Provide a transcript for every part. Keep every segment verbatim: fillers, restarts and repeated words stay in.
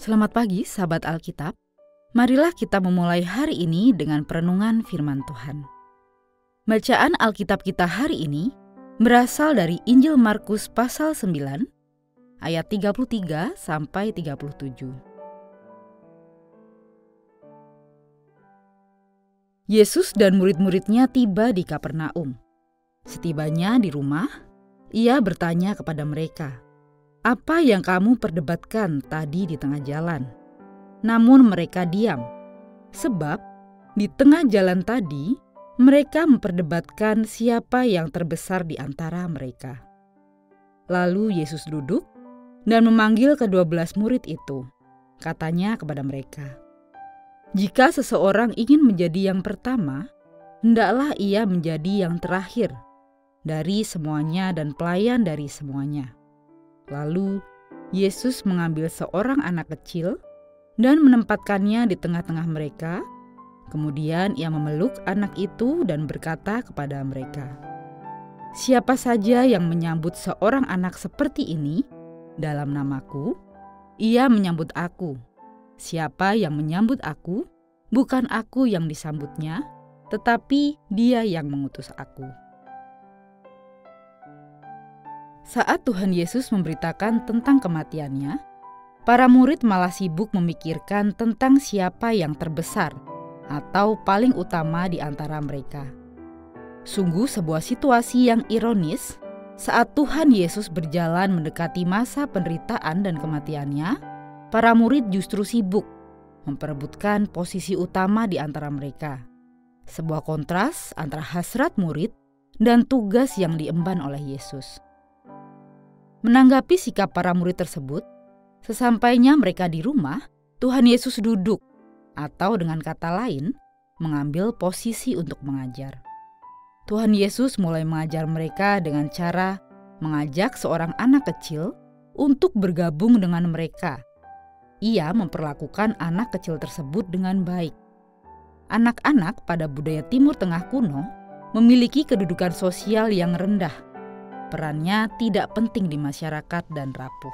Selamat pagi sahabat Alkitab. Marilah kita memulai hari ini dengan perenungan firman Tuhan. Bacaan Alkitab kita hari ini berasal dari Injil Markus pasal sembilan ayat tiga puluh tiga sampai tiga puluh tujuh. Yesus dan murid-muridnya tiba di Kapernaum. Setibanya di rumah, ia bertanya kepada mereka, "Apa yang kamu perdebatkan tadi di tengah jalan?" Namun mereka diam, sebab di tengah jalan tadi mereka memperdebatkan siapa yang terbesar di antara mereka. Lalu Yesus duduk dan memanggil kedua belas murid itu. Katanya kepada mereka, "Jika seseorang ingin menjadi yang pertama, hendaklah ia menjadi yang terakhir dari semuanya dan pelayan dari semuanya." Lalu Yesus mengambil seorang anak kecil dan menempatkannya di tengah-tengah mereka. Kemudian ia memeluk anak itu dan berkata kepada mereka, "Siapa saja yang menyambut seorang anak seperti ini dalam namaku, ia menyambut aku. Siapa yang menyambut aku, bukan aku yang disambutnya, tetapi dia yang mengutus aku." Saat Tuhan Yesus memberitakan tentang kematiannya, para murid malah sibuk memikirkan tentang siapa yang terbesar atau paling utama di antara mereka. Sungguh sebuah situasi yang ironis saat Tuhan Yesus berjalan mendekati masa penderitaan dan kematiannya, para murid justru sibuk memperebutkan posisi utama di antara mereka. Sebuah kontras antara hasrat murid dan tugas yang diemban oleh Yesus. Menanggapi sikap para murid tersebut, sesampainya mereka di rumah, Tuhan Yesus duduk, atau dengan kata lain, mengambil posisi untuk mengajar. Tuhan Yesus mulai mengajar mereka dengan cara mengajak seorang anak kecil untuk bergabung dengan mereka. Ia memperlakukan anak kecil tersebut dengan baik. Anak-anak pada budaya Timur Tengah kuno memiliki kedudukan sosial yang rendah. Perannya tidak penting di masyarakat dan rapuh.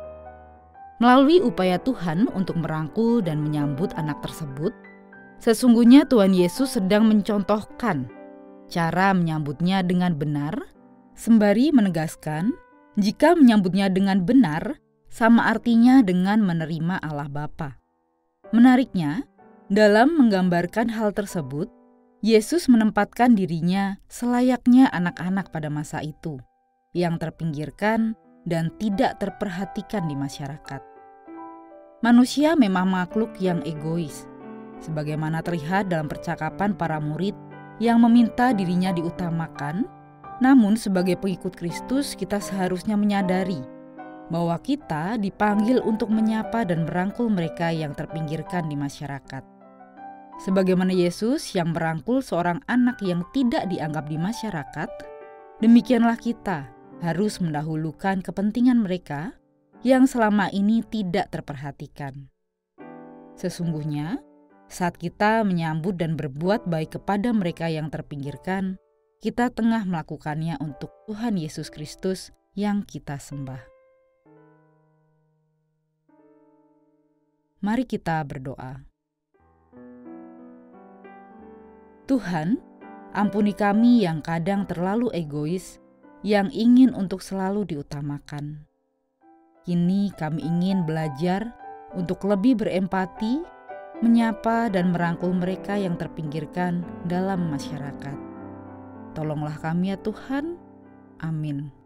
Melalui upaya Tuhan untuk merangkul dan menyambut anak tersebut, sesungguhnya Tuhan Yesus sedang mencontohkan cara menyambutnya dengan benar, sembari menegaskan jika menyambutnya dengan benar sama artinya dengan menerima Allah Bapa. Menariknya, dalam menggambarkan hal tersebut, Yesus menempatkan dirinya selayaknya anak-anak pada masa itu, yang terpinggirkan dan tidak terperhatikan di masyarakat. Manusia memang makhluk yang egois, sebagaimana terlihat dalam percakapan para murid yang meminta dirinya diutamakan. Namun sebagai pengikut Kristus, kita seharusnya menyadari bahwa kita dipanggil untuk menyapa dan merangkul mereka yang terpinggirkan di masyarakat. Sebagaimana Yesus yang merangkul seorang anak yang tidak dianggap di masyarakat, demikianlah kita harus mendahulukan kepentingan mereka yang selama ini tidak terperhatikan. Sesungguhnya, saat kita menyambut dan berbuat baik kepada mereka yang terpinggirkan, kita tengah melakukannya untuk Tuhan Yesus Kristus yang kita sembah. Mari kita berdoa. Tuhan, ampuni kami yang kadang terlalu egois, yang ingin untuk selalu diutamakan. Kini kami ingin belajar untuk lebih berempati, menyapa dan merangkul mereka yang terpinggirkan dalam masyarakat. Tolonglah kami ya Tuhan. Amin.